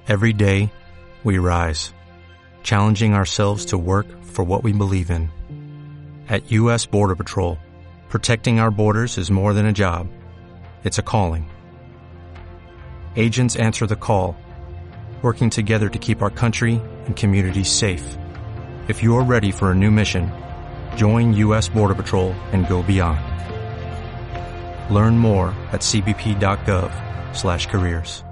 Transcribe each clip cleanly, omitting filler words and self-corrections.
Every day, we rise, challenging ourselves to work for what we believe in. At U.S. Border Patrol, protecting our borders is more than a job. It's a calling. Agents answer the call, working together to keep our country and communities safe. If you are ready for a new mission, join U.S. Border Patrol and go beyond. Learn more at cbp.gov/careers.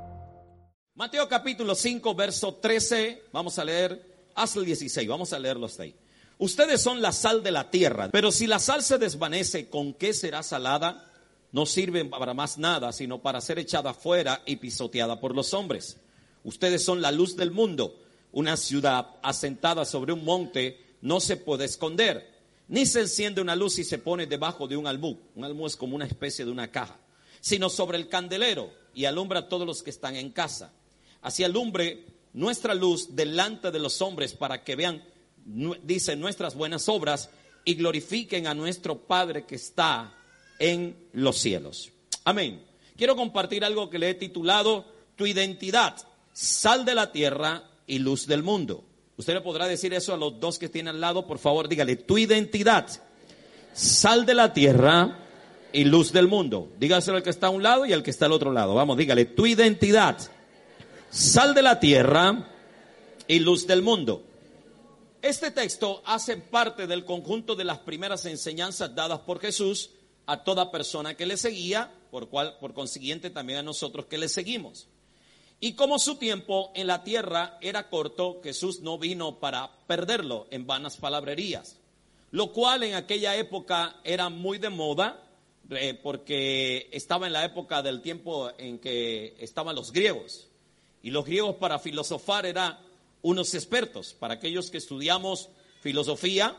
Mateo capítulo 5, verso 13, vamos a leer hasta el 16, vamos a leerlo hasta ahí. Ustedes son la sal de la tierra, pero si la sal se desvanece, ¿con qué será salada? No sirve para más nada, sino para ser echada afuera y pisoteada por los hombres. Ustedes son la luz del mundo. Una ciudad asentada sobre un monte no se puede esconder, ni se enciende una luz y se pone debajo de un almud. Un almud es como una especie de una caja, sino sobre el candelero y alumbra a todos los que están en casa. Así alumbre nuestra luz delante de los hombres para que vean, dice, nuestras buenas obras y glorifiquen a nuestro Padre que está en los cielos. Amén. Quiero compartir algo que le he titulado Tu identidad, sal de la tierra y luz del mundo. Usted le podrá decir eso a los dos que tienen al lado, por favor, dígale, tu identidad, sal de la tierra y luz del mundo. Dígaselo al que está a un lado y al que está al otro lado. Vamos, dígale, tu identidad, sal de la tierra y luz del mundo. Este texto hace parte del conjunto de las primeras enseñanzas dadas por Jesús a toda persona que le seguía, por consiguiente también a nosotros que le seguimos. Y como su tiempo en la tierra era corto, Jesús no vino para perderlo en vanas palabrerías, lo cual en aquella época era muy de moda, porque estaba en la época del tiempo en que estaban los griegos. Y los griegos para filosofar eran unos expertos. Para aquellos que estudiamos filosofía,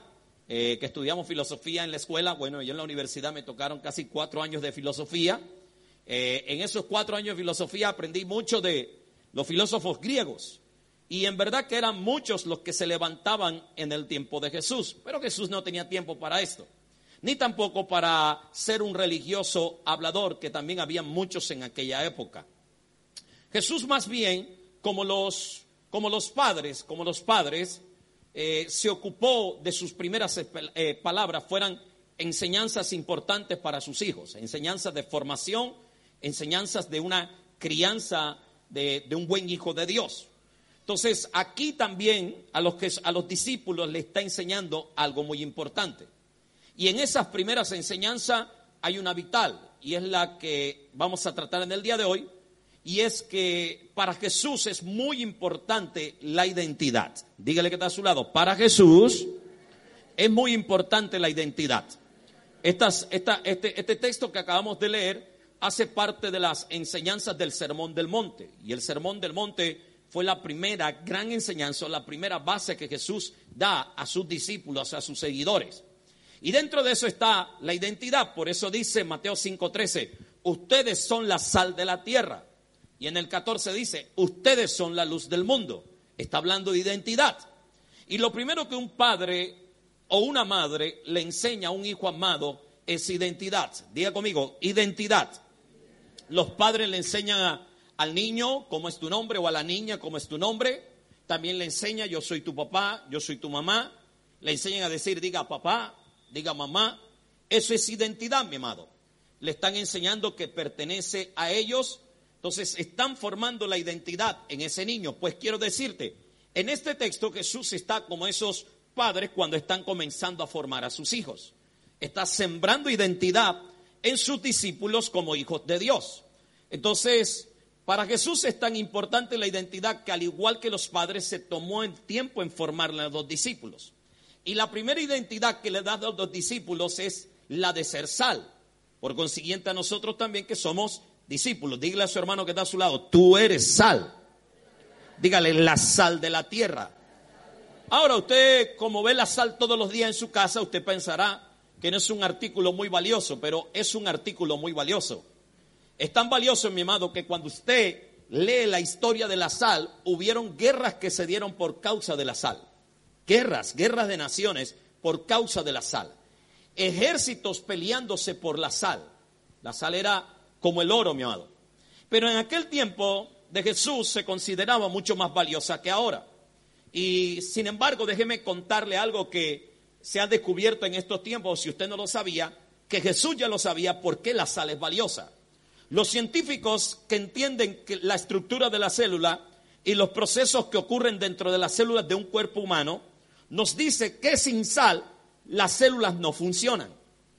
en la escuela, bueno, yo en la universidad me tocaron casi 4 años de filosofía. En esos 4 años de filosofía aprendí mucho de los filósofos griegos. Y en verdad que eran muchos los que se levantaban en el tiempo de Jesús. Pero Jesús no tenía tiempo para esto, ni tampoco para ser un religioso hablador, que también había muchos en aquella época. Jesús más bien, como los padres, se ocupó de sus primeras palabras fueran enseñanzas importantes para sus hijos, enseñanzas de formación, enseñanzas de una crianza de un buen hijo de Dios. Entonces aquí también a los discípulos le está enseñando algo muy importante. Y en esas primeras enseñanzas hay una vital, y es la que vamos a tratar en el día de hoy. Y es que para Jesús es muy importante la identidad. Dígale que está a su lado. Para Jesús es muy importante la identidad. Este texto que acabamos de leer hace parte de las enseñanzas del Sermón del Monte. Y el Sermón del Monte fue la primera gran enseñanza, la primera base que Jesús da a sus discípulos, a sus seguidores. Y dentro de eso está la identidad. Por eso dice Mateo 5:13, ustedes son la sal de la tierra. Y en el 14 dice, ustedes son la luz del mundo. Está hablando de identidad. Y lo primero que un padre o una madre le enseña a un hijo amado es identidad. Diga conmigo, identidad. Los padres le enseñan al niño cómo es tu nombre, o a la niña cómo es tu nombre. También le enseña, yo soy tu papá, yo soy tu mamá. Le enseñan a decir, diga papá, diga mamá. Eso es identidad, mi amado. Le están enseñando que pertenece a ellos. Entonces están formando la identidad en ese niño. Pues quiero decirte, en este texto Jesús está como esos padres cuando están comenzando a formar a sus hijos. Está sembrando identidad en sus discípulos como hijos de Dios. Entonces, para Jesús es tan importante la identidad que al igual que los padres se tomó el tiempo en formarle a los discípulos. Y la primera identidad que le da a los discípulos es la de ser sal. Por consiguiente a nosotros también que somos discípulos, dígale a su hermano que está a su lado, tú eres sal. Dígale, la sal de la tierra. Ahora usted, como ve la sal todos los días en su casa, usted pensará que no es un artículo muy valioso, pero es un artículo muy valioso. Es tan valioso, mi amado, que cuando usted lee la historia de la sal, hubieron guerras que se dieron por causa de la sal. Guerras de naciones por causa de la sal. Ejércitos peleándose por la sal. La sal era como el oro, mi amado. Pero en aquel tiempo de Jesús se consideraba mucho más valiosa que ahora. Y sin embargo, déjeme contarle algo que se ha descubierto en estos tiempos, si usted no lo sabía, que Jesús ya lo sabía, por qué la sal es valiosa. Los científicos que entienden que la estructura de la célula y los procesos que ocurren dentro de las células de un cuerpo humano, nos dice que sin sal las células no funcionan.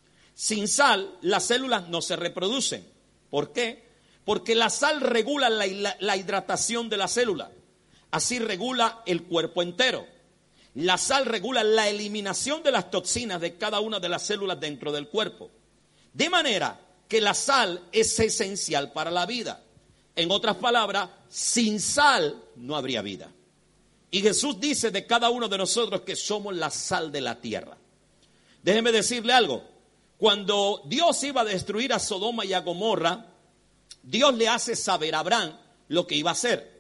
Sin sal las células no se reproducen. ¿Por qué? Porque la sal regula la hidratación de la célula. Así regula el cuerpo entero. La sal regula la eliminación de las toxinas de cada una de las células dentro del cuerpo. De manera que la sal es esencial para la vida. En otras palabras, sin sal no habría vida. Y Jesús dice de cada uno de nosotros que somos la sal de la tierra. Déjeme decirle algo. Cuando Dios iba a destruir a Sodoma y a Gomorra, Dios le hace saber a Abraham lo que iba a hacer.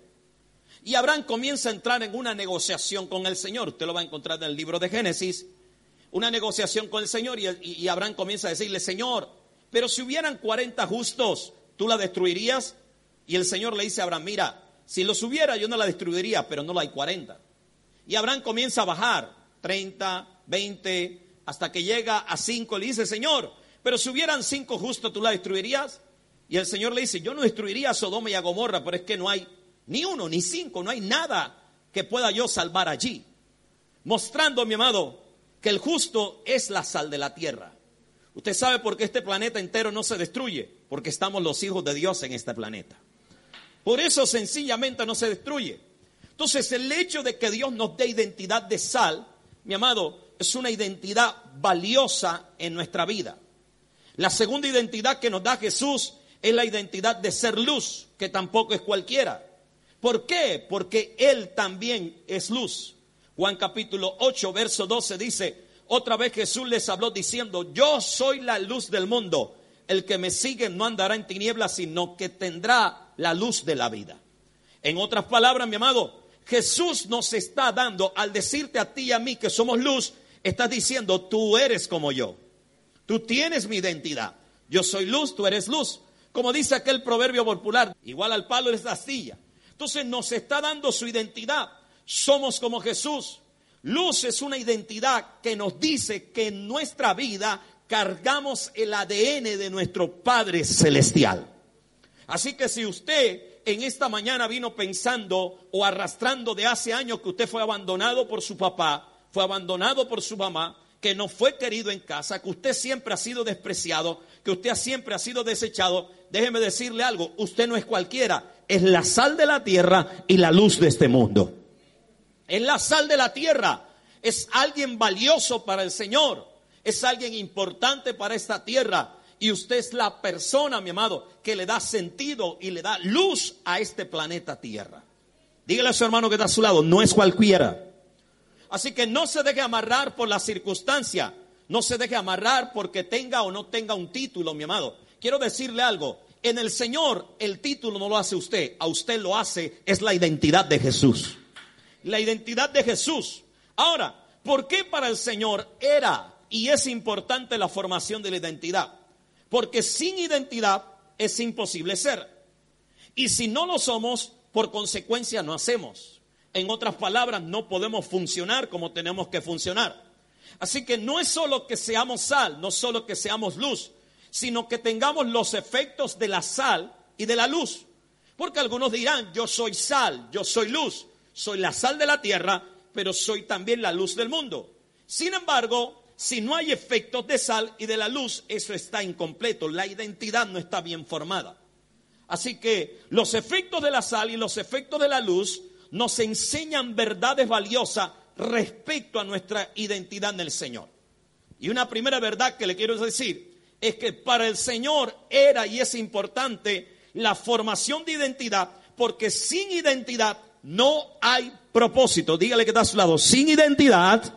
Y Abraham comienza a entrar en una negociación con el Señor. Usted lo va a encontrar en el libro de Génesis. Una negociación con el Señor y Abraham comienza a decirle, Señor, pero si hubieran 40 justos, ¿tú la destruirías? Y el Señor le dice a Abraham, mira, si los hubiera yo no la destruiría, pero no la hay 40. Y Abraham comienza a bajar, 30, 20, hasta que llega a 5. Le dice, Señor, pero si hubieran 5 justos, ¿tú la destruirías? Y el Señor le dice, yo no destruiría a Sodoma y a Gomorra, pero es que no hay ni 1, ni 5, no hay nada que pueda yo salvar allí. Mostrando, mi amado, que el justo es la sal de la tierra. Usted sabe por qué este planeta entero no se destruye, porque estamos los hijos de Dios en este planeta. Por eso sencillamente no se destruye. Entonces el hecho de que Dios nos dé identidad de sal, mi amado, es una identidad valiosa en nuestra vida. La segunda identidad que nos da Jesús es la identidad de ser luz, que tampoco es cualquiera. ¿Por qué? Porque Él también es luz. Juan capítulo 8, verso 12 dice, otra vez Jesús les habló diciendo, yo soy la luz del mundo. El que me sigue no andará en tinieblas, sino que tendrá la luz de la vida. En otras palabras, mi amado, Jesús nos está dando, al decirte a ti y a mí que somos luz, estás diciendo, tú eres como yo. Tú tienes mi identidad. Yo soy luz, tú eres luz. Como dice aquel proverbio popular, igual al palo es la astilla. Entonces nos está dando su identidad. Somos como Jesús. Luz es una identidad que nos dice que en nuestra vida cargamos el ADN de nuestro Padre Celestial. Así que si usted en esta mañana vino pensando o arrastrando de hace años que usted fue abandonado por su papá, fue abandonado por su mamá, que no fue querido en casa, que usted siempre ha sido despreciado, que usted siempre ha sido desechado, déjeme decirle algo, usted no es cualquiera, es la sal de la tierra y la luz de este mundo. Es la sal de la tierra, es alguien valioso para el Señor, es alguien importante para esta tierra. Y usted es la persona, mi amado, que le da sentido y le da luz a este planeta Tierra. Dígale a su hermano que está a su lado, no es cualquiera. Así que no se deje amarrar por la circunstancia. No se deje amarrar porque tenga o no tenga un título, mi amado. Quiero decirle algo. En el Señor el título no lo hace usted. A usted lo hace, es la identidad de Jesús. La identidad de Jesús. Ahora, ¿por qué para el Señor era y es importante la formación de la identidad? Porque sin identidad es imposible ser. Y si no lo somos, por consecuencia no hacemos. En otras palabras, no podemos funcionar como tenemos que funcionar. Así que no es solo que seamos sal, no solo que seamos luz, sino que tengamos los efectos de la sal y de la luz. Porque algunos dirán, yo soy sal, yo soy luz, soy la sal de la tierra, pero soy también la luz del mundo. Sin embargo, si no hay efectos de sal y de la luz, eso está incompleto. La identidad no está bien formada. Así que los efectos de la sal y los efectos de la luz nos enseñan verdades valiosas respecto a nuestra identidad en el Señor. Y una primera verdad que le quiero decir es que para el Señor era y es importante la formación de identidad, porque sin identidad no hay propósito. Dígale que está a su lado, sin identidad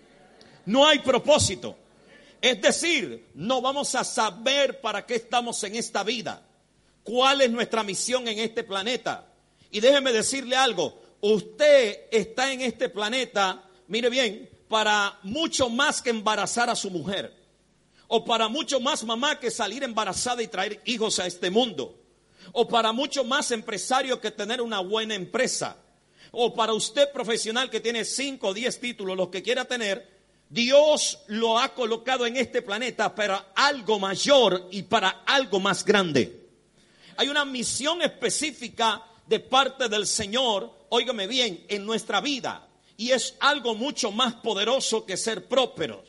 no hay propósito. Es decir, no vamos a saber para qué estamos en esta vida. ¿Cuál es nuestra misión en este planeta? Y déjeme decirle algo. Usted está en este planeta, mire bien, para mucho más que embarazar a su mujer. O para mucho más, mamá, que salir embarazada y traer hijos a este mundo. O para mucho más empresario que tener una buena empresa. O para usted profesional que tiene 5 o 10 títulos, los que quiera tener, Dios lo ha colocado en este planeta para algo mayor y para algo más grande. Hay una misión específica de parte del Señor, óigame bien, en nuestra vida. Y es algo mucho más poderoso que ser prósperos.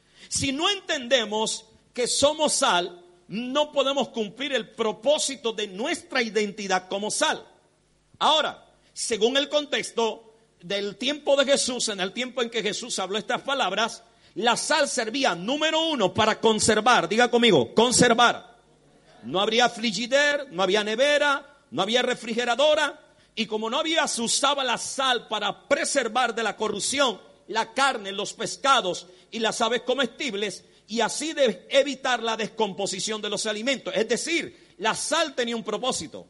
Si no entendemos que somos sal, no podemos cumplir el propósito de nuestra identidad como sal. Ahora, según el contexto del tiempo de Jesús, en el tiempo en que Jesús habló estas palabras, la sal servía, número 1, para conservar. Diga conmigo, conservar. No habría frigider, no había nevera, no había refrigeradora. Y como no había, se usaba la sal para preservar de la corrupción la carne, los pescados y las aves comestibles, y así de evitar la descomposición de los alimentos. Es decir, la sal tenía un propósito.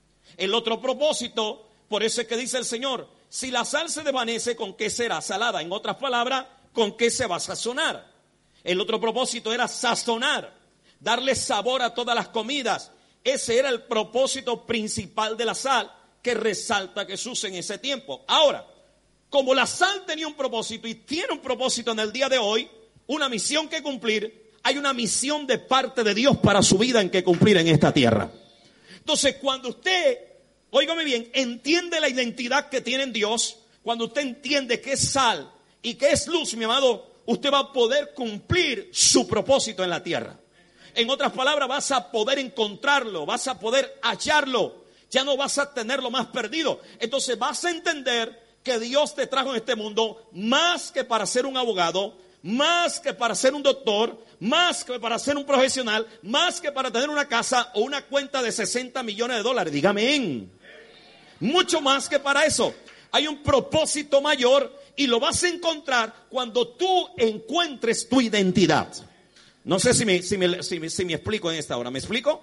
El otro propósito, por eso es que dice el Señor, si la sal se desvanece, ¿con qué será salada? En otras palabras, ¿con qué se va a sazonar? El otro propósito era sazonar, darle sabor a todas las comidas. Ese era el propósito principal de la sal que resalta Jesús en ese tiempo. Ahora, como la sal tenía un propósito y tiene un propósito en el día de hoy, una misión que cumplir, hay una misión de parte de Dios para su vida en que cumplir en esta tierra. Entonces, cuando usted, óigame bien, entiende la identidad que tiene en Dios, cuando usted entiende que es sal y que es luz, mi amado, usted va a poder cumplir su propósito en la tierra. En otras palabras, vas a poder encontrarlo, vas a poder hallarlo, ya no vas a tenerlo más perdido. Entonces vas a entender que Dios te trajo en este mundo más que para ser un abogado, más que para ser un doctor, más que para ser un profesional, más que para tener una casa o una cuenta de 60 millones de dólares. Dígame en. Mucho más que para eso. Hay un propósito mayor y lo vas a encontrar cuando tú encuentres tu identidad. No sé si me explico en esta hora. ¿Me explico?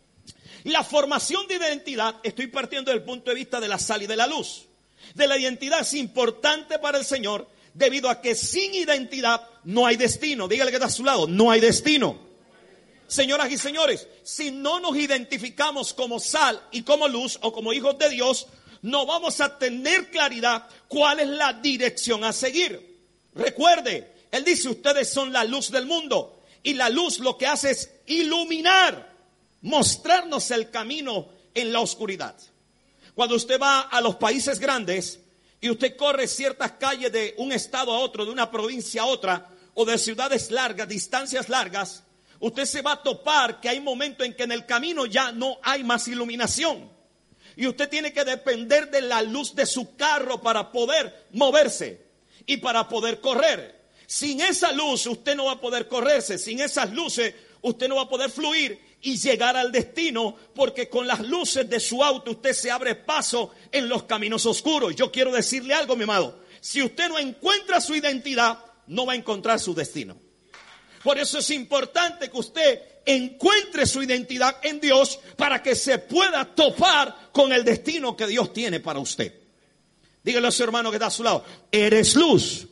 La formación de identidad, estoy partiendo del punto de vista de la sal y de la luz. De la identidad es importante para el Señor, debido a que sin identidad no hay destino. Dígale que está a su lado, no hay destino. Señoras y señores, si no nos identificamos como sal y como luz o como hijos de Dios, no vamos a tener claridad cuál es la dirección a seguir. Recuerde, Él dice, ustedes son la luz del mundo. Y la luz lo que hace es iluminar, mostrarnos el camino en la oscuridad. Cuando usted va a los países grandes y usted corre ciertas calles de un estado a otro, de una provincia a otra, o de ciudades largas, distancias largas, usted se va a topar que hay momentos en que en el camino ya no hay más iluminación. Y usted tiene que depender de la luz de su carro para poder moverse y para poder correr. Sin esa luz usted no va a poder correrse, sin esas luces usted no va a poder fluir y llegar al destino, porque con las luces de su auto usted se abre paso en los caminos oscuros. Yo quiero decirle algo, mi amado, si usted no encuentra su identidad, no va a encontrar su destino. Por eso es importante que usted encuentre su identidad en Dios para que se pueda topar con el destino que Dios tiene para usted. Dígale a su hermano que está a su lado, eres luz.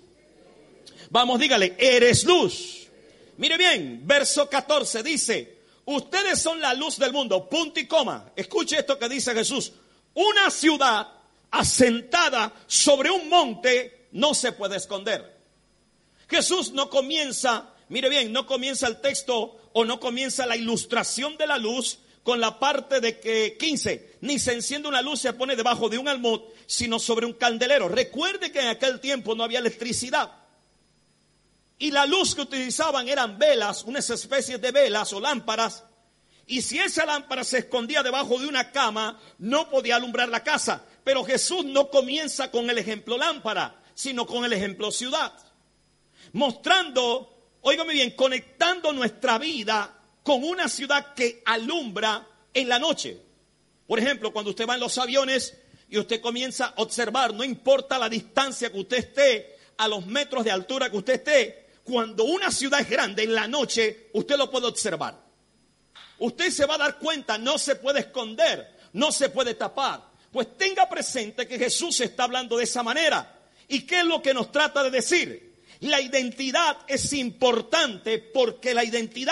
Vamos, dígale, eres luz. Mire bien, verso 14 dice, ustedes son la luz del mundo, punto y coma. Escuche esto que dice Jesús. Una ciudad asentada sobre un monte no se puede esconder. Jesús no comienza, mire bien, no comienza el texto o no comienza la ilustración de la luz con la parte de que 15, ni se enciende una luz, se pone debajo de un almud, sino sobre un candelero. Recuerde que en aquel tiempo no había electricidad. Y la luz que utilizaban eran velas, unas especies de velas o lámparas. Y si esa lámpara se escondía debajo de una cama, no podía alumbrar la casa. Pero Jesús no comienza con el ejemplo lámpara, sino con el ejemplo ciudad. Mostrando, óigame bien, conectando nuestra vida con una ciudad que alumbra en la noche. Por ejemplo, cuando usted va en los aviones y usted comienza a observar, no importa la distancia que usted esté, a los metros de altura que usted esté, cuando una ciudad es grande en la noche, usted lo puede observar. Usted se va a dar cuenta, no se puede esconder, no se puede tapar. Pues tenga presente que Jesús está hablando de esa manera. ¿Y qué es lo que nos trata de decir? La identidad es importante porque la identidad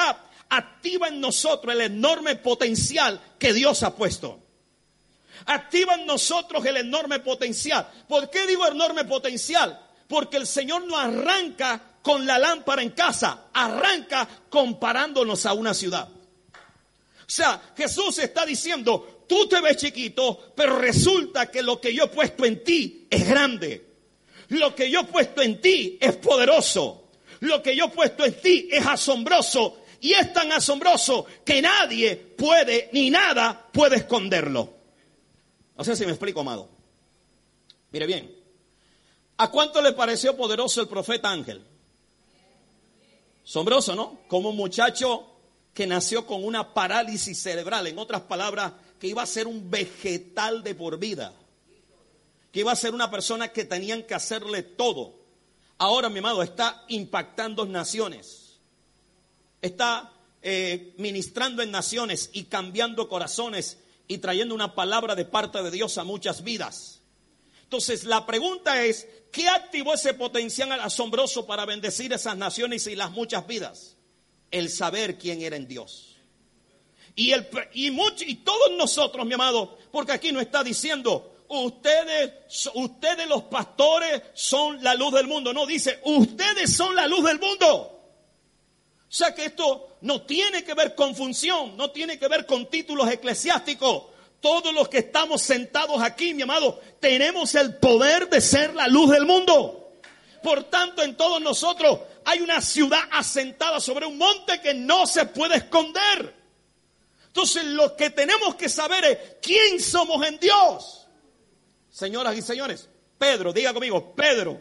activa en nosotros el enorme potencial que Dios ha puesto. Activa en nosotros el enorme potencial. ¿Por qué digo enorme potencial? Porque el Señor no arranca con la lámpara en casa, arranca comparándonos a una ciudad. O sea, Jesús está diciendo, tú te ves chiquito, pero resulta que lo que yo he puesto en ti es grande. Lo que yo he puesto en ti es poderoso. Lo que yo he puesto en ti es asombroso. Y es tan asombroso que nadie puede, ni nada puede esconderlo. No sé si me explico, amado. Mire bien. ¿A cuánto le pareció poderoso el profeta Ángel? Asombroso, ¿no? Como un muchacho que nació con una parálisis cerebral. En otras palabras, que iba a ser un vegetal de por vida. Que iba a ser una persona que tenían que hacerle todo. Ahora, mi amado, está impactando naciones. Está ministrando en naciones y cambiando corazones y trayendo una palabra de parte de Dios a muchas vidas. Entonces, la pregunta es, ¿qué activó ese potencial asombroso para bendecir esas naciones y las muchas vidas? El saber quién era en Dios. Y todos nosotros, mi amado, porque aquí no está diciendo, ustedes los pastores son la luz del mundo. No, dice, ustedes son la luz del mundo. O sea que esto no tiene que ver con función, no tiene que ver con títulos eclesiásticos. Todos los que estamos sentados aquí, mi amado, tenemos el poder de ser la luz del mundo. Por tanto, en todos nosotros hay una ciudad asentada sobre un monte que no se puede esconder. Entonces, lo que tenemos que saber es quién somos en Dios. Señoras y señores, Pedro, diga conmigo, Pedro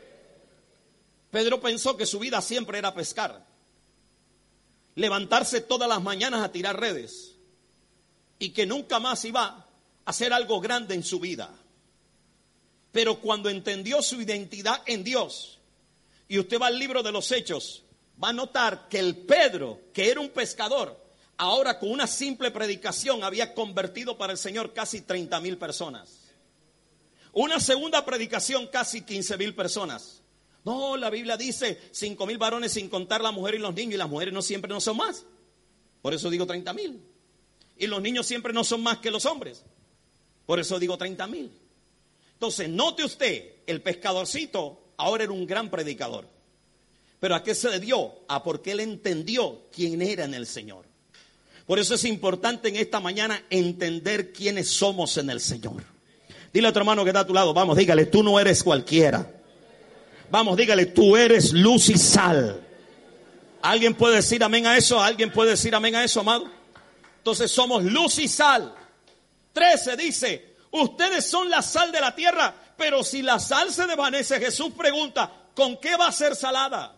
pensó que su vida siempre era pescar. Levantarse todas las mañanas a tirar redes. Y que nunca más iba a hacer algo grande en su vida. Pero cuando entendió su identidad en Dios, y usted va al libro de los Hechos, va a notar que el Pedro, que era un pescador, ahora con una simple predicación había convertido para el Señor casi 30,000 personas. Una segunda predicación, casi 15,000 personas. No, la Biblia dice 5,000 varones sin contar la mujer y los niños, y las mujeres no siempre no son más. Por eso digo 30,000. Y los niños siempre no son más que los hombres. Por eso digo 30,000. Entonces, note usted, el pescadorcito ahora era un gran predicador. ¿Pero a qué se debió? A porque él entendió quién era en el Señor. Por eso es importante en esta mañana entender quiénes somos en el Señor. Dile a tu hermano que está a tu lado, vamos, dígale, tú no eres cualquiera. Vamos, dígale, tú eres luz y sal. ¿Alguien puede decir amén a eso? ¿Alguien puede decir amén a eso, amado? Entonces somos luz y sal. 13 dice, ustedes son la sal de la tierra, pero si la sal se desvanece, Jesús pregunta, ¿con qué va a ser salada?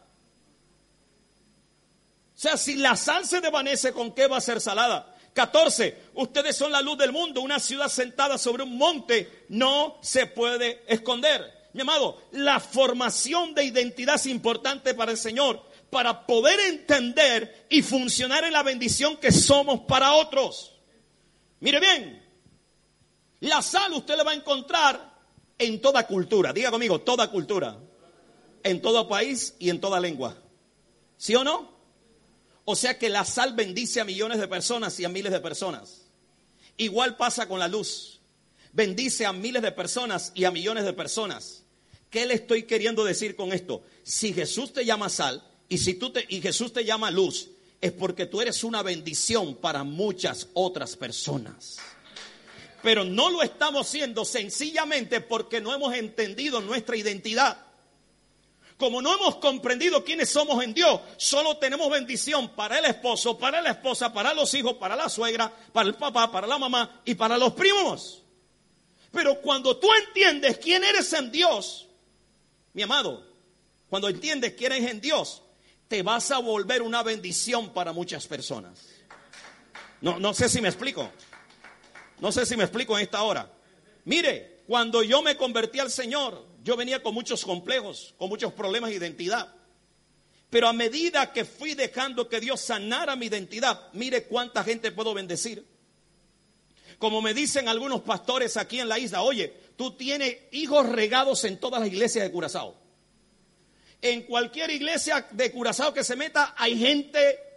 O sea, si la sal se desvanece, ¿con qué va a ser salada? 14, ustedes son la luz del mundo, una ciudad sentada sobre un monte no se puede esconder. Mi amado, la formación de identidad es importante para el Señor, para poder entender y funcionar en la bendición que somos para otros. Mire bien, la sal usted la va a encontrar en toda cultura. Diga conmigo, toda cultura. En todo país y en toda lengua. ¿Sí o no? O sea que la sal bendice a millones de personas y a miles de personas. Igual pasa con la luz. Bendice a miles de personas y a millones de personas. ¿Qué le estoy queriendo decir con esto? Si Jesús te llama sal y Jesús te llama luz, es porque tú eres una bendición para muchas otras personas. Pero no lo estamos siendo sencillamente porque no hemos entendido nuestra identidad. Como no hemos comprendido quiénes somos en Dios, solo tenemos bendición para el esposo, para la esposa, para los hijos, para la suegra, para el papá, para la mamá y para los primos. Pero cuando tú entiendes quién eres en Dios, mi amado, cuando entiendes quién eres en Dios, te vas a volver una bendición para muchas personas. No sé si me explico. No sé si me explico en esta hora. Mire, cuando yo me convertí al Señor, yo venía con muchos complejos, con muchos problemas de identidad. Pero a medida que fui dejando que Dios sanara mi identidad, mire cuánta gente puedo bendecir. Como me dicen algunos pastores aquí en la isla, oye, tú tienes hijos regados en todas las iglesias de Curazao. En cualquier iglesia de Curazao que se meta, hay gente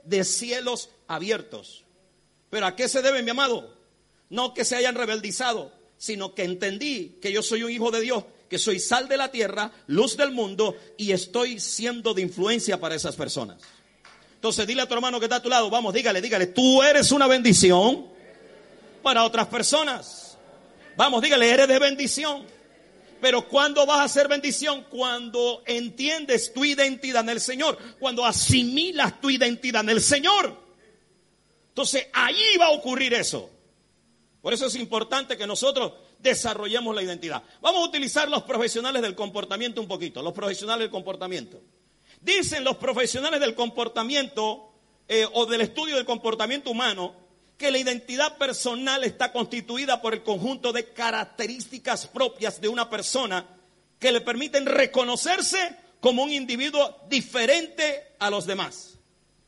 de cielos abiertos. ¿Pero a qué se debe, mi amado? No que se hayan rebeldizado, sino que entendí que yo soy un hijo de Dios, que soy sal de la tierra, luz del mundo, y estoy siendo de influencia para esas personas. Entonces dile a tu hermano que está a tu lado, vamos, dígale, tú eres una bendición para otras personas. Vamos, dígale, eres de bendición. Pero ¿cuándo vas a ser bendición? Cuando entiendes tu identidad en el Señor, cuando asimilas tu identidad en el Señor. Entonces allí va a ocurrir eso. Por eso es importante que nosotros desarrollemos la identidad. Vamos a utilizar los profesionales del comportamiento un poquito, los profesionales del comportamiento. Dicen los profesionales del comportamiento o del estudio del comportamiento humano que la identidad personal está constituida por el conjunto de características propias de una persona que le permiten reconocerse como un individuo diferente a los demás.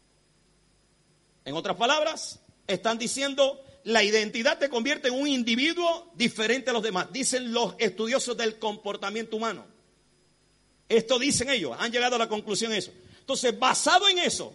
En otras palabras, están diciendo, la identidad te convierte en un individuo diferente a los demás. Dicen los estudiosos del comportamiento humano. Esto dicen ellos, han llegado a la conclusión de eso. Entonces, basado en eso,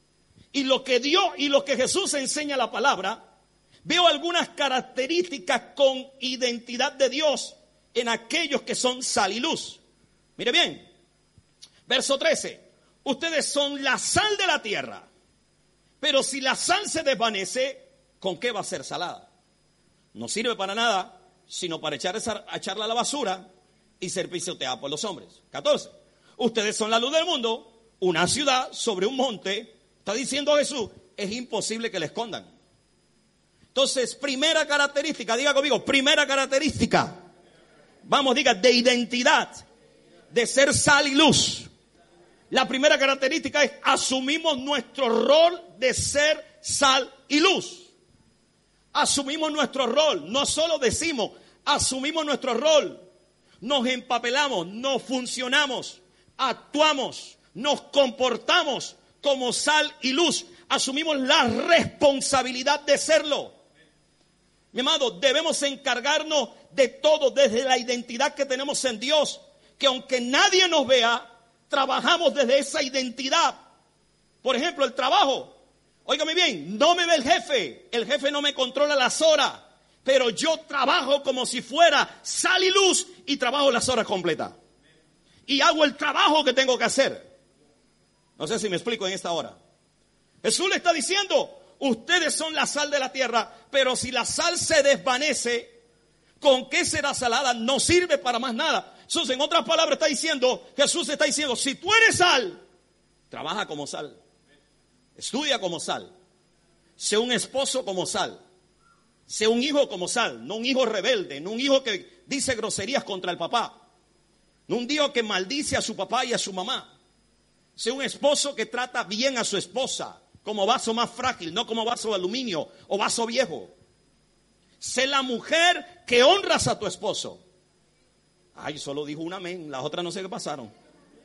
y lo que Dios y lo que Jesús enseña en la palabra, veo algunas características con identidad de Dios en aquellos que son sal y luz. Mire bien, verso 13, ustedes son la sal de la tierra, pero si la sal se desvanece, ¿con qué va a ser salada? No sirve para nada, sino para echarla a la basura y ser pisoteada por los hombres. 14. Ustedes son la luz del mundo, una ciudad sobre un monte. Está diciendo Jesús, es imposible que la escondan. Entonces, primera característica, diga conmigo, primera característica. Vamos, diga, de identidad, de ser sal y luz. La primera característica es asumimos nuestro rol de ser sal y luz. Asumimos nuestro rol, no solo decimos, asumimos nuestro rol. Nos empapelamos, nos funcionamos, actuamos, nos comportamos como sal y luz. Asumimos la responsabilidad de serlo. Mi amado, debemos encargarnos de todo desde la identidad que tenemos en Dios, que aunque nadie nos vea, trabajamos desde esa identidad. Por ejemplo, el trabajo. Óigame bien, no me ve el jefe no me controla las horas, pero yo trabajo como si fuera sal y luz y trabajo las horas completas. Y hago el trabajo que tengo que hacer. No sé si me explico en esta hora. Jesús le está diciendo, ustedes son la sal de la tierra, pero si la sal se desvanece, ¿con qué será salada? No sirve para más nada. Jesús, en otras palabras, Jesús está diciendo, si tú eres sal, trabaja como sal. Estudia como sal. Sé un esposo como sal. Sé un hijo como sal. No un hijo rebelde. No un hijo que dice groserías contra el papá. No un hijo que maldice a su papá y a su mamá. Sé un esposo que trata bien a su esposa como vaso más frágil, no como vaso de aluminio o vaso viejo. Sé la mujer que honras a tu esposo. Ay, solo dijo un amén. Las otras no sé qué pasaron.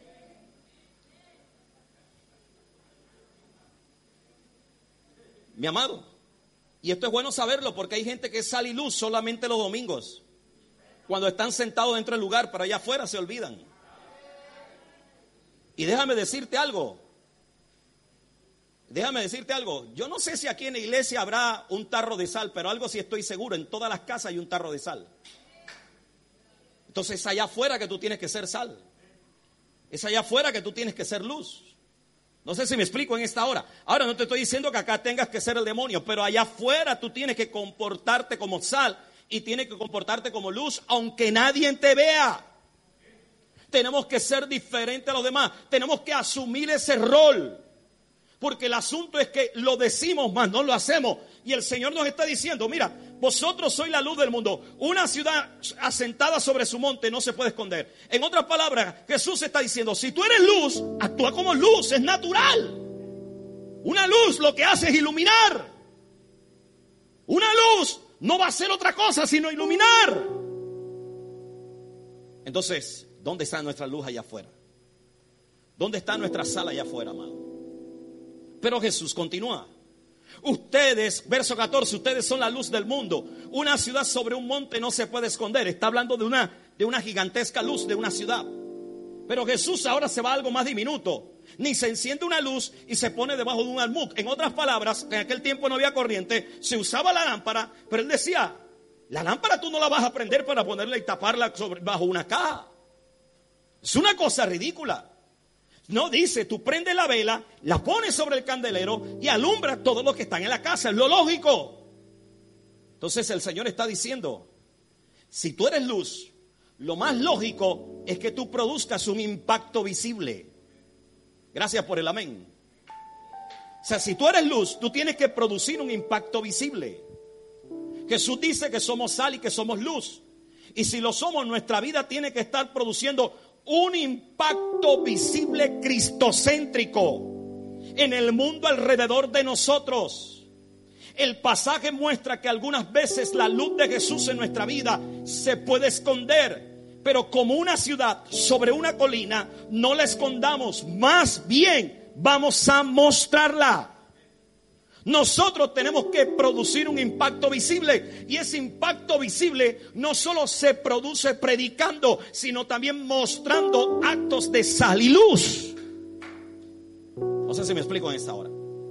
Mi amado, y esto es bueno saberlo porque hay gente que es sal y luz solamente los domingos. Cuando están sentados dentro del lugar, pero allá afuera se olvidan. Y déjame decirte algo. Yo no sé si aquí en la iglesia habrá un tarro de sal, pero algo sí estoy seguro, en todas las casas hay un tarro de sal. Entonces es allá afuera que tú tienes que ser sal. Es allá afuera que tú tienes que ser luz. No sé si me explico en esta hora. Ahora no te estoy diciendo que acá tengas que ser el demonio, pero allá afuera tú tienes que comportarte como sal y tienes que comportarte como luz, aunque nadie te vea. Tenemos que ser diferentes a los demás. Tenemos que asumir ese rol. Porque el asunto es que lo decimos más, no lo hacemos. Y el Señor nos está diciendo, mira, vosotros sois la luz del mundo. Una ciudad asentada sobre su monte no se puede esconder. En otras palabras, Jesús está diciendo, si tú eres luz, actúa como luz, es natural. Una luz lo que hace es iluminar. Una luz no va a hacer otra cosa sino iluminar. Entonces, ¿dónde está nuestra luz allá afuera? ¿Dónde está nuestra sal allá afuera, amado? Pero Jesús continúa. Ustedes, verso 14, ustedes son la luz del mundo. Una ciudad sobre un monte no se puede esconder. Está hablando de una gigantesca luz de una ciudad. Pero Jesús ahora se va a algo más diminuto. ni se enciende una luz y se pone debajo de un almud. En otras palabras, en aquel tiempo no había corriente, se usaba la lámpara, pero él decía, la lámpara tú no la vas a prender para ponerla y taparla bajo una caja. Es una cosa ridícula. No, dice, tú prendes la vela, la pones sobre el candelero y alumbras todo lo que están en la casa. Es lo lógico. Entonces el Señor está diciendo, si tú eres luz, lo más lógico es que tú produzcas un impacto visible. Gracias por el amén. O sea, si tú eres luz, tú tienes que producir un impacto visible. Jesús dice que somos sal y que somos luz. Y si lo somos, nuestra vida tiene que estar produciendo un impacto visible cristocéntrico en el mundo alrededor de nosotros. El pasaje muestra que algunas veces la luz de Jesús en nuestra vida se puede esconder, pero como una ciudad sobre una colina, no la escondamos, más bien vamos a mostrarla. Nosotros tenemos que producir un impacto visible, y ese impacto visible no solo se produce predicando, sino también mostrando actos de sal y luz. No sé si me explico en esta hora.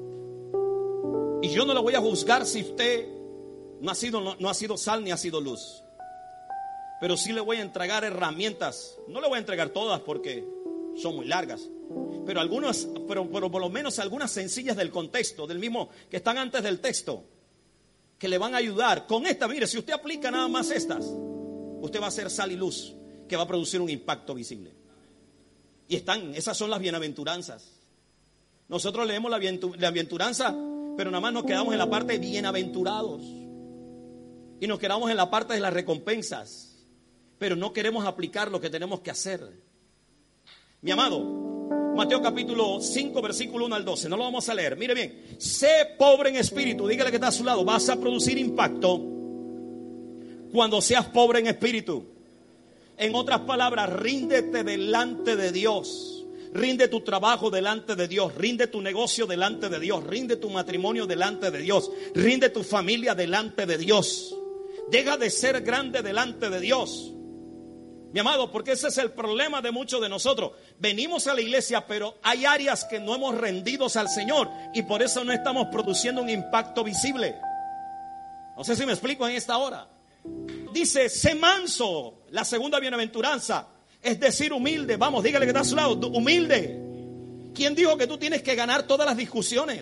Y yo no le voy a juzgar si usted no ha sido sal ni ha sido luz, pero sí le voy a entregar herramientas. No le voy a entregar todas porque son muy largas, pero algunas, pero por lo menos algunas sencillas del contexto, del mismo que están antes del texto, que le van a ayudar. Con esta, mire, si usted aplica nada más estas, usted va a ser sal y luz que va a producir un impacto visible. Y esas son las bienaventuranzas. Nosotros leemos la bienaventuranza, pero nada más nos quedamos en la parte de bienaventurados y nos quedamos en la parte de las recompensas, pero no queremos aplicar lo que tenemos que hacer. Mi amado, Mateo capítulo 5 versículo 1 al 12, no lo vamos a leer. Mire bien, sé pobre en espíritu. Dígale que está a su lado, vas a producir impacto cuando seas pobre en espíritu. En otras palabras, ríndete delante de Dios. Rinde tu trabajo delante de Dios, rinde tu negocio delante de Dios, rinde tu matrimonio delante de Dios, rinde tu familia delante de Dios. Deja de ser grande delante de Dios, mi amado, porque ese es el problema de muchos de nosotros. Venimos a la iglesia, pero hay áreas que no hemos rendido al Señor y por eso no estamos produciendo un impacto visible. No sé si me explico en esta hora. Dice, sé manso, la segunda bienaventuranza. Es decir, humilde. Vamos, dígale que está a su lado, humilde. ¿Quién dijo que tú tienes que ganar todas las discusiones?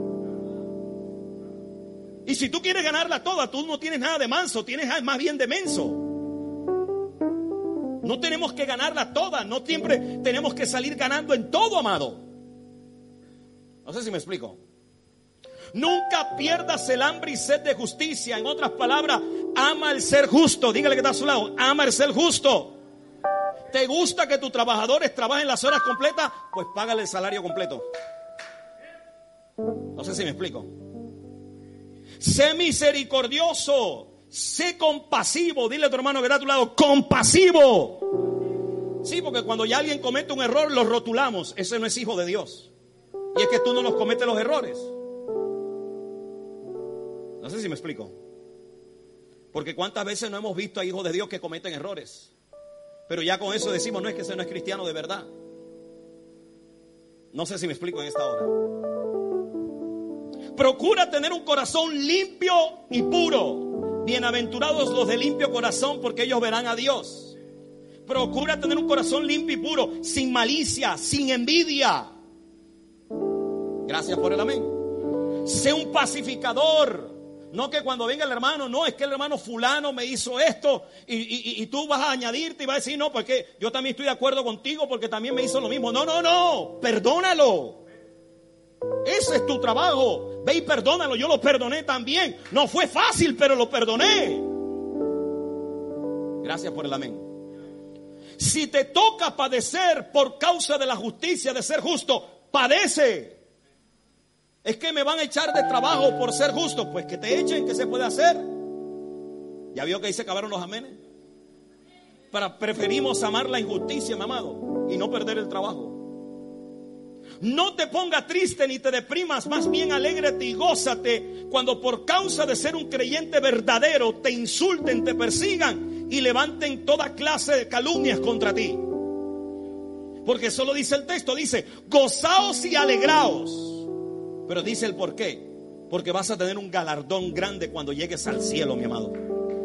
Y si tú quieres ganarla toda, tú no tienes nada de manso, tienes más bien de menso. No tenemos que ganarla toda, no siempre tenemos que salir ganando en todo, amado. No sé si me explico. Nunca pierdas el hambre y sed de justicia. En otras palabras, ama el ser justo. Dígale que está a su lado, ama el ser justo. ¿Te gusta que tus trabajadores trabajen las horas completas? Pues págale el salario completo. No sé si me explico. Sé misericordioso, sé compasivo. Dile a tu hermano que está a tu lado, compasivo. Sí, porque cuando ya alguien comete un error, lo rotulamos. Ese no es hijo de Dios. Y es que tú no los cometes los errores. No sé si me explico. Porque cuántas veces no hemos visto a hijos de Dios que cometen errores, pero ya con eso decimos, no, es que ese no es cristiano de verdad. No sé si me explico en esta hora. Procura tener un corazón limpio y puro. Bienaventurados los de limpio corazón, porque ellos verán a Dios. Procura tener un corazón limpio y puro, sin malicia, sin envidia. Gracias por el amén. Sé un pacificador. No que cuando venga el hermano, no, es que el hermano fulano me hizo esto y tú vas a añadirte y vas a decir, no, porque yo también estoy de acuerdo contigo porque también me hizo lo mismo. No, perdónalo. Ese es tu trabajo. Ve y perdónalo. Yo lo perdoné también. No fue fácil, pero lo perdoné. Gracias por el amén. Si te toca padecer por causa de la justicia, de ser justo, padece. Es que me van a echar de trabajo por ser justo. Pues que te echen, ¿qué se puede hacer? ¿Ya vio que ahí se acabaron los amenes? Preferimos amar la injusticia, mi amado, y no perder el trabajo. No te pongas triste ni te deprimas, más bien alégrate y gózate cuando por causa de ser un creyente verdadero te insulten, te persigan y levanten toda clase de calumnias contra ti. Porque eso lo dice el texto, dice, gozaos y alegraos. Pero dice el por qué. Porque vas a tener un galardón grande cuando llegues al cielo, mi amado.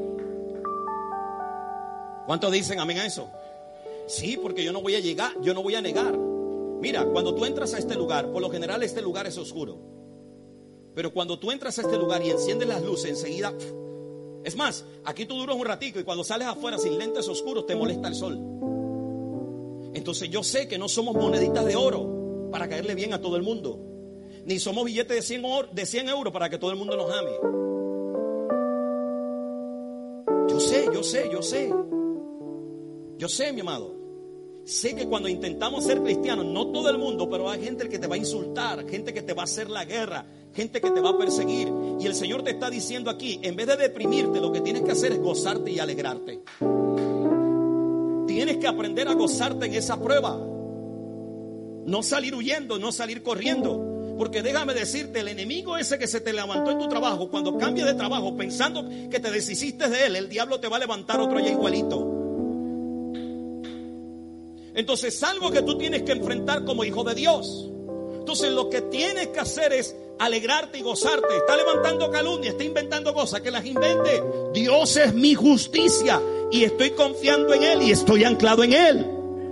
¿Cuántos dicen amén a eso? Sí, porque yo no voy a llegar, yo no voy a negar. Mira, cuando tú entras a este lugar, por lo general este lugar es oscuro. Pero cuando tú entras a este lugar y enciendes las luces, enseguida... Es más, aquí tú duras un ratico y cuando sales afuera sin lentes oscuros te molesta el sol. Entonces yo sé que no somos moneditas de oro para caerle bien a todo el mundo. Ni somos billetes de 100 euros para que todo el mundo nos ame. Yo sé, mi amado. Sé que cuando intentamos ser cristianos, no todo el mundo, pero hay gente que te va a insultar, gente que te va a hacer la guerra, gente que te va a perseguir. Y el Señor te está diciendo aquí, en vez de deprimirte, lo que tienes que hacer es gozarte y alegrarte. Tienes que aprender a gozarte en esa prueba. No salir huyendo, no salir corriendo. Porque déjame decirte, el enemigo ese que se te levantó en tu trabajo, cuando cambies de trabajo pensando que te deshiciste de él, el diablo te va a levantar otro ya igualito. Entonces es algo que tú tienes que enfrentar como hijo de Dios. Entonces lo que tienes que hacer es alegrarte y gozarte. Está levantando calumnia, está inventando cosas, que las invente. Dios es mi justicia y estoy confiando en Él y estoy anclado en Él.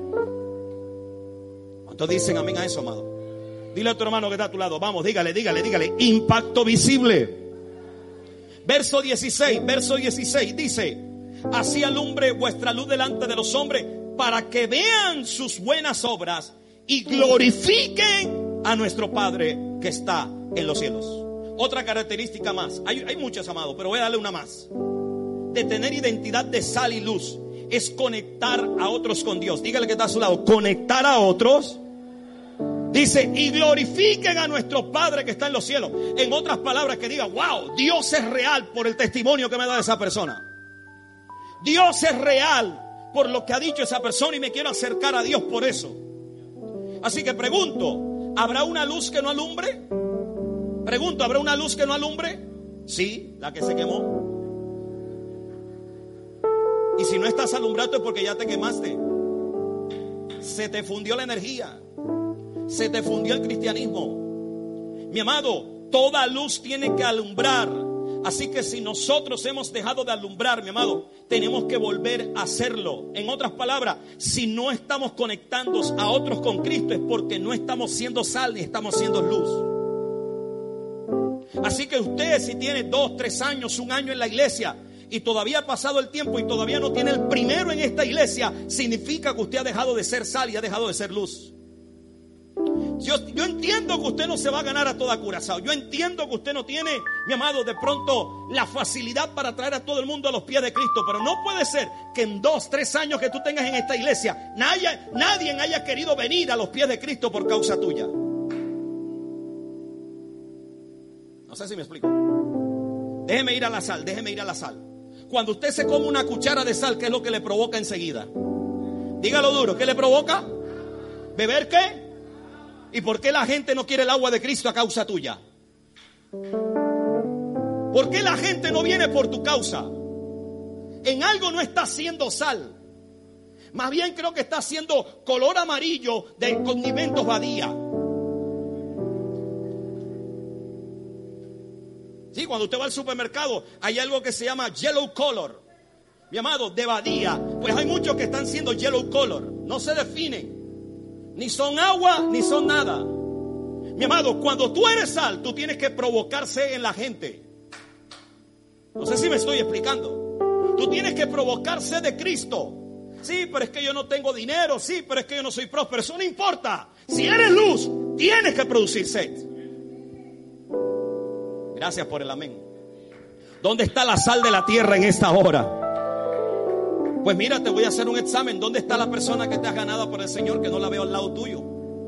¿Cuántos dicen amén a eso, amado? Dile a tu hermano que está a tu lado, vamos, dígale. Impacto visible. Verso 16 dice: así alumbre vuestra luz delante de los hombres, para que vean sus buenas obras y glorifiquen a nuestro Padre que está en los cielos. Otra característica más, hay muchas, amado, pero voy a darle una más. De tener identidad de sal y luz es conectar a otros con Dios. Dígale que está a su lado, conectar a otros. Dice, y glorifiquen a nuestro Padre que está en los cielos. En otras palabras, que diga, wow, Dios es real por el testimonio que me da esa persona. Dios es real por lo que ha dicho esa persona y me quiero acercar a Dios por eso. Así que pregunto, ¿habrá una luz que no alumbre? Pregunto, ¿habrá una luz que no alumbre? Sí, la que se quemó. Y si no estás alumbrado es porque ya te quemaste. Se te fundió la energía. Se te fundió el cristianismo. Mi amado, toda luz tiene que alumbrar. Así que si nosotros hemos dejado de alumbrar, mi amado, tenemos que volver a hacerlo. En otras palabras, si no estamos conectando a otros con Cristo es porque no estamos siendo sal ni estamos siendo luz. Así que usted, si tiene 2, 3 años, 1 año en la iglesia y todavía ha pasado el tiempo y todavía no tiene el primero en esta iglesia, significa que usted ha dejado de ser sal y ha dejado de ser luz. Yo entiendo que usted no se va a ganar a toda Curazao. Yo entiendo que usted no tiene, mi amado, de pronto la facilidad para traer a todo el mundo a los pies de Cristo. Pero no puede ser que en 2, 3 años que tú tengas en esta iglesia nadie haya querido venir a los pies de Cristo por causa tuya. No sé si me explico. Déjeme ir a la sal. Cuando usted se come una cuchara de sal, ¿qué es lo que le provoca enseguida? Dígalo duro, ¿qué le provoca? ¿Beber qué? ¿Y por qué la gente no quiere el agua de Cristo a causa tuya? ¿Por qué la gente no viene por tu causa? En algo no está haciendo sal. Más bien creo que está haciendo color amarillo de condimentos Badía. Sí, cuando usted va al supermercado hay algo que se llama yellow color. Mi amado, de Badía. Pues hay muchos que están siendo yellow color. No se definen. Ni son agua, ni son nada. Mi amado, cuando tú eres sal, tú tienes que provocarse en la gente. No sé si me estoy explicando. Tú tienes que provocarse de Cristo. Sí, pero es que yo no tengo dinero. Sí, pero es que yo no soy próspero. Eso no importa. Si eres luz, tienes que producir sed. Gracias por el amén. ¿Dónde está la sal de la tierra en esta hora? Pues mira, te voy a hacer un examen. ¿Dónde está la persona que te has ganado por el Señor que no la veo al lado tuyo?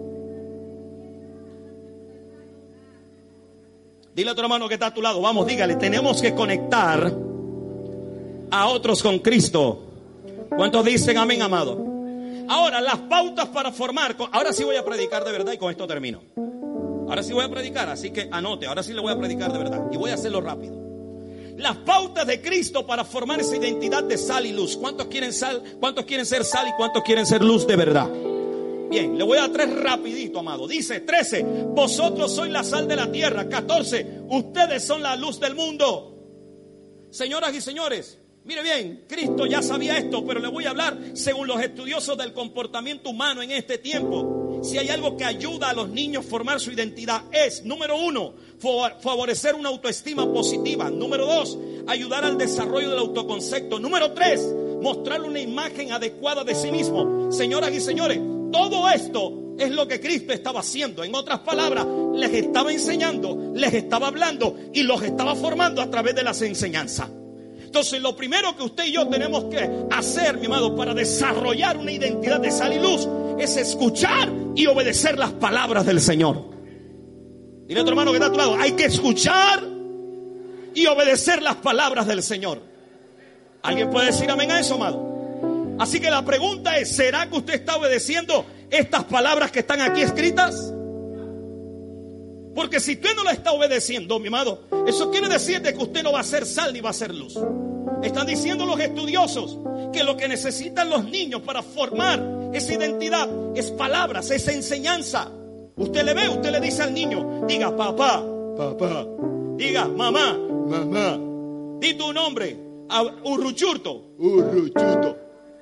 Dile a tu hermano que está a tu lado. Vamos, dígale, tenemos que conectar a otros con Cristo. ¿Cuántos dicen amén, amado? Ahora, las pautas para formar. Ahora sí voy a predicar de verdad y con esto termino. Ahora sí voy a predicar, así que anote. Ahora sí le voy a predicar de verdad y voy a hacerlo rápido. Las pautas de Cristo para formar esa identidad de sal y luz. ¿Cuántos quieren sal? ¿Cuántos quieren ser sal y cuántos quieren ser luz de verdad? Bien, le voy a dar 3 rapidito, amado. Dice 13, vosotros sois la sal de la tierra. 14, ustedes son la luz del mundo. Señoras y señores, mire bien, Cristo ya sabía esto, pero le voy a hablar según los estudiosos del comportamiento humano en este tiempo. Si hay algo que ayuda a los niños a formar su identidad es, número 1, favorecer una autoestima positiva. Número 2, ayudar al desarrollo del autoconcepto. Número 3, mostrarle una imagen adecuada de sí mismo. Señoras y señores, todo esto es lo que Cristo estaba haciendo. En otras palabras, les estaba enseñando, les estaba hablando y los estaba formando a través de las enseñanzas. Entonces, lo primero que usted y yo tenemos que hacer, mi amado, para desarrollar una identidad de sal y luz, es escuchar y obedecer las palabras del Señor. Dile a tu hermano que está a tu lado, hay que escuchar y obedecer las palabras del Señor. ¿Alguien puede decir amén a eso, amado? Así que la pregunta es, ¿será que usted está obedeciendo estas palabras que están aquí escritas? Porque si usted no la está obedeciendo, mi amado, eso quiere decir de que usted no va a ser sal ni va a ser luz. Están diciendo los estudiosos que lo que necesitan los niños para formar esa identidad es palabras, es enseñanza. Usted le ve, usted le dice al niño, diga papá, papá, diga mamá, mamá, di tu nombre, urruchurto, urruchurto.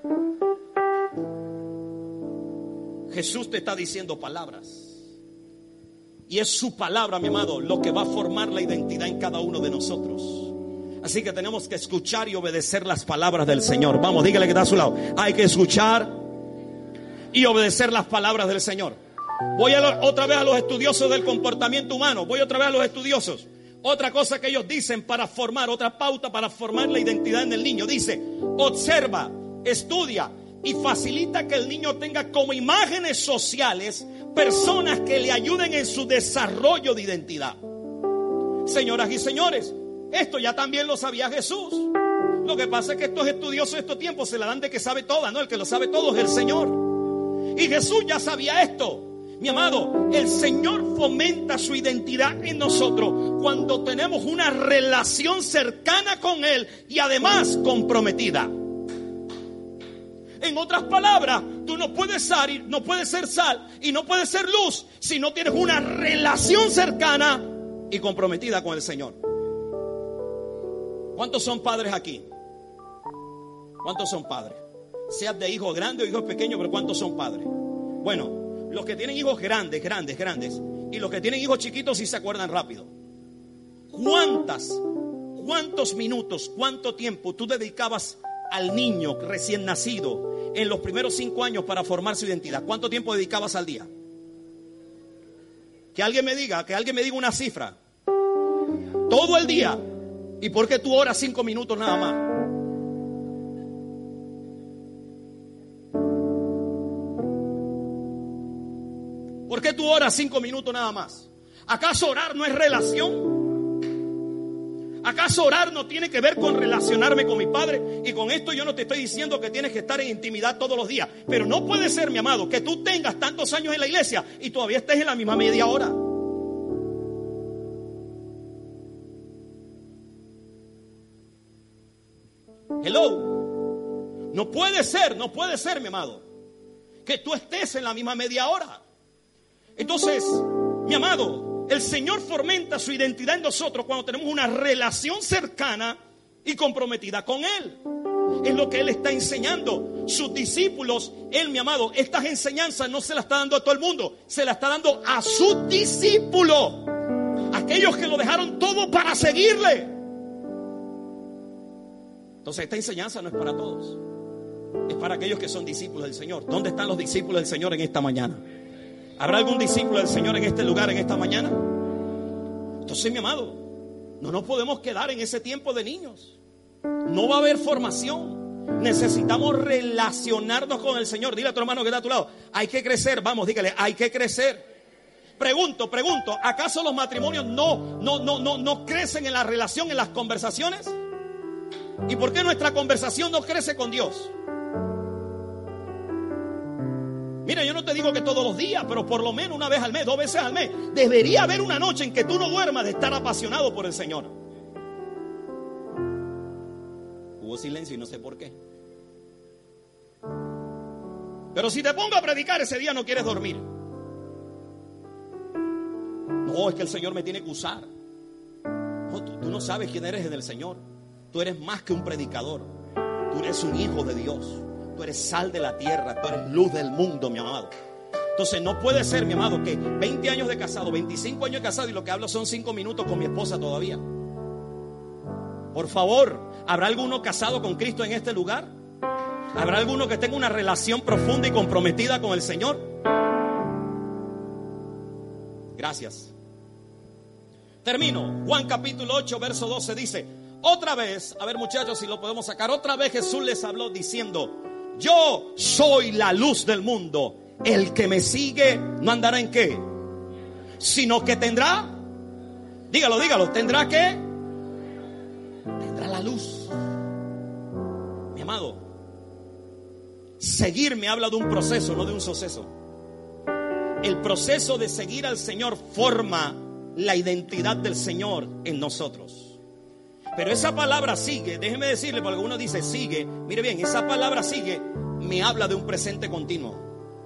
Jesús te está diciendo palabras. Y es su palabra, mi amado, lo que va a formar la identidad en cada uno de nosotros. Así que tenemos que escuchar y obedecer las palabras del Señor. Vamos, dígale que está a su lado. Hay que escuchar y obedecer las palabras del Señor. Voy otra vez a los estudiosos del comportamiento humano. Voy otra vez a los estudiosos. Otra cosa que ellos dicen para formar, otra pauta para formar la identidad en el niño. Dice, observa, estudia y facilita que el niño tenga como imágenes sociales personas que le ayuden en su desarrollo de identidad. Señoras y señores, esto ya también lo sabía Jesús. Lo que pasa es que estos estudiosos de estos tiempos se la dan de que sabe toda, ¿no? El que lo sabe todo es el Señor. Y Jesús ya sabía esto. Mi amado, el Señor fomenta su identidad en nosotros cuando tenemos una relación cercana con Él y además comprometida. En otras palabras, tú no puedes ser sal y no puedes ser luz si no tienes una relación cercana y comprometida con el Señor. ¿Cuántos son padres aquí? ¿Cuántos son padres? Seas de hijo grande o hijo pequeño, pero ¿cuántos son padres? Bueno, los que tienen hijos grandes y los que tienen hijos chiquitos sí se acuerdan rápido. ¿Cuántos minutos, cuánto tiempo tú dedicabas al niño recién nacido en los primeros 5 años para formar su identidad? ¿Cuánto tiempo dedicabas al día? Que alguien me diga una cifra. Todo el día. ¿Y por qué tú oras 5 minutos nada más? ¿Por qué tú oras 5 minutos nada más? ¿Acaso orar no es relación? ¿Acaso orar no tiene que ver con relacionarme con mi Padre? Y con esto yo no te estoy diciendo que tienes que estar en intimidad todos los días. Pero no puede ser, mi amado, que tú tengas tantos años en la iglesia y todavía estés en la misma media hora. Hello. No puede ser, mi amado, que tú estés en la misma media hora. Entonces, mi amado, el Señor fomenta su identidad en nosotros cuando tenemos una relación cercana y comprometida con Él. Es lo que Él está enseñando. Sus discípulos, Él, mi amado, estas enseñanzas no se las está dando a todo el mundo, se las está dando a sus discípulos, aquellos que lo dejaron todo para seguirle. Entonces esta enseñanza no es para todos, es para aquellos que son discípulos del Señor. ¿Dónde están los discípulos del Señor en esta mañana? ¿Habrá algún discípulo del Señor en este lugar, en esta mañana? Entonces, mi amado, no nos podemos quedar en ese tiempo de niños. No va a haber formación. Necesitamos relacionarnos con el Señor. Dile a tu hermano que está a tu lado, hay que crecer. Vamos, dígale, hay que crecer. Pregunto, ¿acaso los matrimonios no crecen en la relación, en las conversaciones? ¿Y por qué nuestra conversación no crece con Dios? Mira, yo no te digo que todos los días, pero por lo menos una vez al mes, 2 veces al mes. Debería haber una noche en que tú no duermas de estar apasionado por el Señor. Hubo silencio y no sé por qué. Pero si te pongo a predicar ese día no quieres dormir. No, es que el Señor me tiene que usar. No, tú no sabes quién eres en el Señor. Tú eres más que un predicador. Tú eres un hijo de Dios. Tú eres sal de la tierra. Tú eres luz del mundo, mi amado. Entonces no puede ser, mi amado, que 20 años de casado, 25 años de casado y lo que hablo son 5 minutos con mi esposa todavía. Por favor, ¿habrá alguno casado con Cristo en este lugar? ¿Habrá alguno que tenga una relación profunda y comprometida con el Señor? Gracias. Termino. Juan capítulo 8, verso 12 dice: otra vez, a ver muchachos si lo podemos sacar, otra vez Jesús les habló diciendo: yo soy la luz del mundo. El que me sigue no andará en qué, sino que tendrá, dígalo, ¿tendrá qué? Tendrá la luz. Mi amado, seguir me habla de un proceso, no de un suceso. El proceso de seguir al Señor forma la identidad del Señor en nosotros. Pero esa palabra sigue, déjeme decirle, porque algunos dicen sigue. Mire bien, esa palabra sigue me habla de un presente continuo.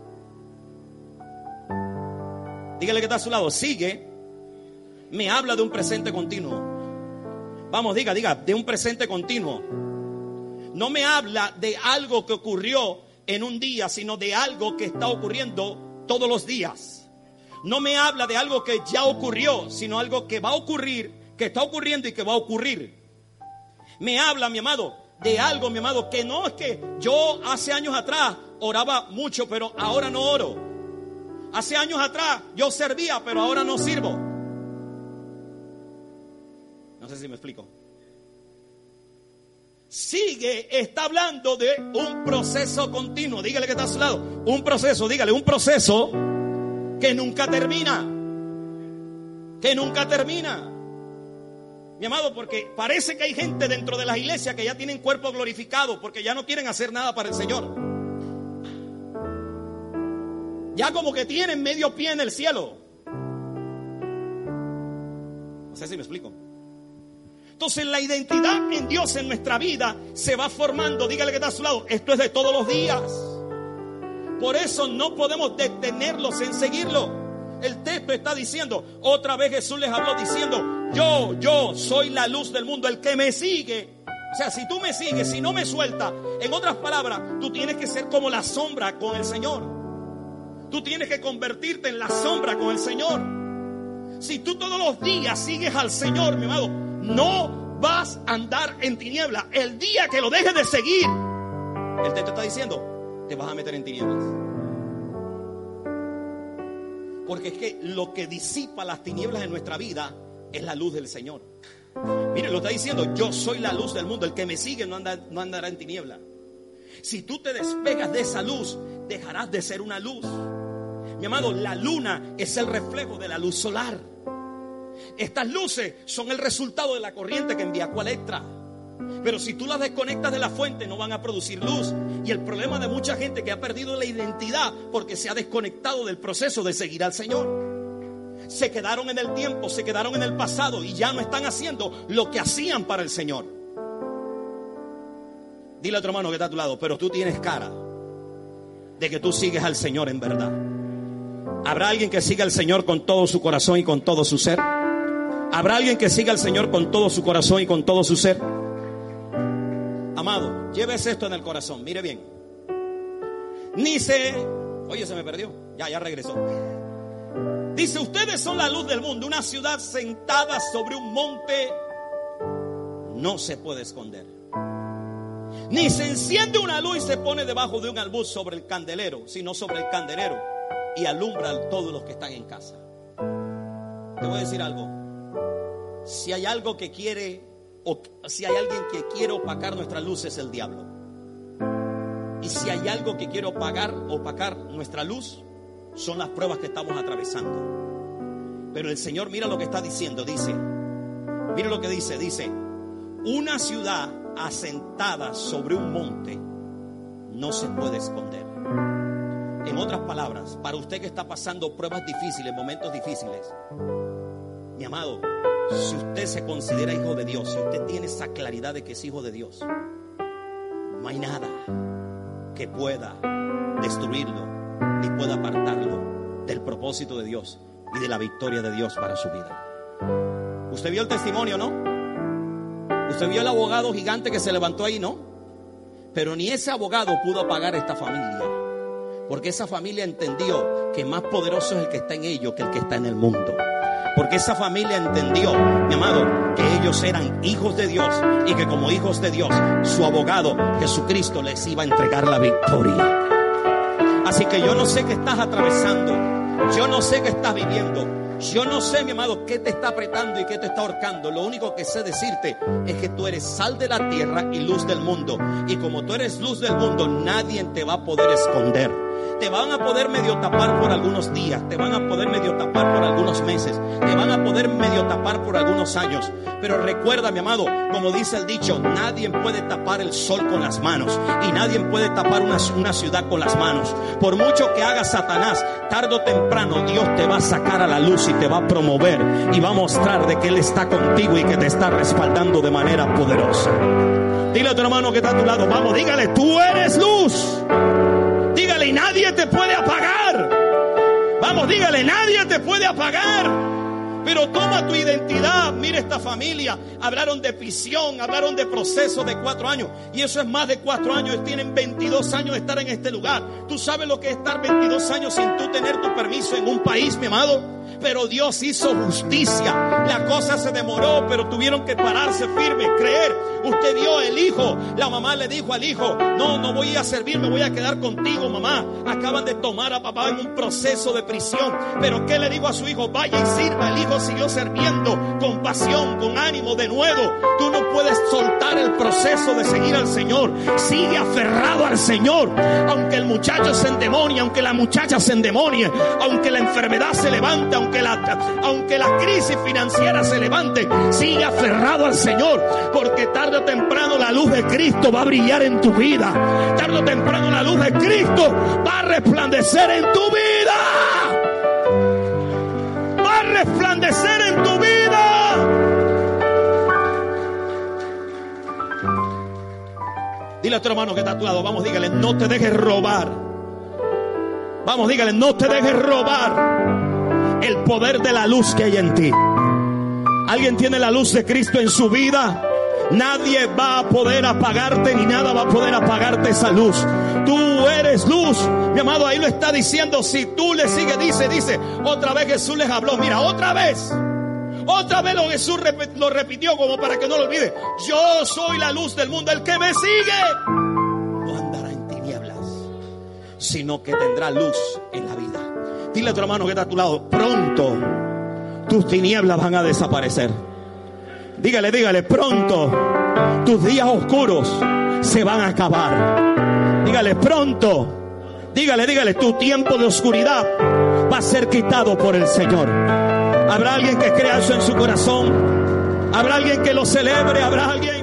Dígale que está a su lado, sigue me habla de un presente continuo. Vamos, diga, de un presente continuo. No me habla de algo que ocurrió en un día, sino de algo que está ocurriendo todos los días. No me habla de algo que ya ocurrió, sino algo que va a ocurrir, que está ocurriendo y que va a ocurrir. Me habla, mi amado, de algo, mi amado, que no es que yo hace años atrás oraba mucho, pero ahora no oro. Hace años atrás yo servía, pero ahora no sirvo. No sé si me explico. Sigue, está hablando de un proceso continuo. Dígale que está a su lado. Un proceso, dígale, un proceso que nunca termina. Que nunca termina. Mi amado, porque parece que hay gente dentro de las iglesias que ya tienen cuerpo glorificado porque ya no quieren hacer nada para el Señor. Ya como que tienen medio pie en el cielo. No sé si me explico. Entonces la identidad en Dios en nuestra vida se va formando. Dígale que está a su lado. Esto es de todos los días. Por eso no podemos detenerlos en seguirlo. El texto está diciendo, otra vez Jesús les habló diciendo: yo soy la luz del mundo. El que me sigue, o sea, si tú me sigues, si no me sueltas, en otras palabras, tú tienes que ser como la sombra con el Señor. Tú tienes que convertirte en la sombra con el Señor. Si tú todos los días sigues al Señor, mi amado, no vas a andar en tinieblas. El día que lo dejes de seguir, el texto está diciendo, te vas a meter en tinieblas. Porque es que lo que disipa las tinieblas en nuestra vida es la luz del Señor. Mire, lo está diciendo, yo soy la luz del mundo. El que me sigue no andará en tinieblas. Si tú te despegas de esa luz, dejarás de ser una luz. Mi amado, la luna es el reflejo de la luz solar. Estas luces son el resultado de la corriente que envía Electra. Pero si tú las desconectas de la fuente, no van a producir luz. Y el problema de mucha gente que ha perdido la identidad porque se ha desconectado del proceso de seguir al Señor. Se quedaron en el tiempo, se quedaron en el pasado y ya no están haciendo lo que hacían para el Señor. Dile a otro hermano que está a tu lado, pero tú tienes cara de que tú sigues al Señor en verdad. ¿Habrá alguien que siga al Señor con todo su corazón y con todo su ser? ¿Habrá alguien que siga al Señor con todo su corazón y con todo su ser? Amado, llévese esto en el corazón, mire bien. Oye, se me perdió, ya regresó. Dice, ustedes son la luz del mundo. Una ciudad sentada sobre un monte no se puede esconder. Ni se enciende una luz y se pone debajo de un almud sobre el candelero, sino sobre el candelero y alumbra a todos los que están en casa. Te voy a decir algo. Si hay algo que quiere, o si hay alguien que quiere opacar nuestra luz, es el diablo. Y si hay algo que quiere opacar nuestra luz, son las pruebas que estamos atravesando. Pero el Señor, mira lo que está diciendo. Mira lo que dice, una ciudad asentada sobre un monte no se puede esconder. En otras palabras, para usted que está pasando pruebas difíciles, momentos difíciles, mi amado, si usted se considera hijo de Dios, si usted tiene esa claridad de que es hijo de Dios, no hay nada que pueda destruirlo, ni pueda apartarlo del propósito de Dios y de la victoria de Dios para su vida. Usted vio el testimonio, ¿no? Usted vio el abogado gigante que se levantó ahí, ¿no? Pero ni ese abogado pudo pagar esta familia, porque esa familia entendió que más poderoso es el que está en ellos que el que está en el mundo. Porque esa familia entendió, mi amado, que ellos eran hijos de Dios y que como hijos de Dios, su abogado Jesucristo les iba a entregar la victoria. Así que yo no sé qué estás atravesando, yo no sé qué estás viviendo, yo no sé, mi amado, qué te está apretando y qué te está ahorcando. Lo único que sé decirte es que tú eres sal de la tierra y luz del mundo. Y como tú eres luz del mundo, nadie te va a poder esconder. Te van a poder medio tapar por algunos días, te van a poder medio tapar por algunos meses, te van a poder medio tapar por algunos años. Pero recuerda, mi amado, como dice el dicho, nadie puede tapar el sol con las manos y nadie puede tapar una ciudad con las manos. Por mucho que haga Satanás, tarde o temprano Dios te va a sacar a la luz y te va a promover y va a mostrar de que Él está contigo y que te está respaldando de manera poderosa. Dile a tu hermano que está a tu lado, vamos, dígale, tú eres luz. Dígale, y nadie te puede apagar. Vamos, dígale, nadie te puede apagar. Pero toma tu identidad. Mira esta familia. Hablaron de prisión, hablaron de proceso de 4 años. Y eso es más de 4 años. Tienen 22 años de estar en este lugar. ¿Tú sabes lo que es estar 22 años sin tú tener tu permiso en un país, mi amado? Pero Dios hizo justicia. La cosa se demoró, pero tuvieron que pararse firme, creer. Usted dio el hijo. La mamá le dijo al hijo, no voy a servir, me voy a quedar contigo, mamá. Acaban de tomar a papá en un proceso de prisión. Pero ¿qué le dijo a su hijo? Vaya y sirva. El hijo siguió sirviendo con pasión, con ánimo, de nuevo. Tú no puedes soltar el proceso de seguir al Señor. Sigue aferrado al Señor. Aunque el muchacho se endemonie, aunque la muchacha se endemonie, aunque la enfermedad se levante, aunque la crisis financiera se levante, sigue aferrado al Señor, porque tarde o temprano la luz de Cristo va a brillar en tu vida. Tarde o temprano la luz de Cristo va a resplandecer en tu vida. Va a resplandecer en tu vida. Dile a tu hermano que está a tu lado, vamos, dígale, no te dejes robar. Vamos, dígale, no te dejes robar el poder de la luz que hay en ti. ¿Alguien tiene la luz de Cristo en su vida? Nadie va a poder apagarte, ni nada va a poder apagarte esa luz. Tú eres luz, mi amado, ahí lo está diciendo. Si tú le sigues, dice, otra vez Jesús les habló. Mira, otra vez lo Jesús lo repitió como para que no lo olvide. Yo soy la luz del mundo, el que me sigue no andará en tinieblas, sino que tendrá luz en la vida. Dile a tu hermano que está a tu lado, pronto tus tinieblas van a desaparecer. Dígale, pronto tus días oscuros se van a acabar. Dígale, pronto. Dígale, tu tiempo de oscuridad va a ser quitado por el Señor. ¿Habrá alguien que crea eso en su corazón? ¿Habrá alguien que lo celebre? ¿Habrá alguien?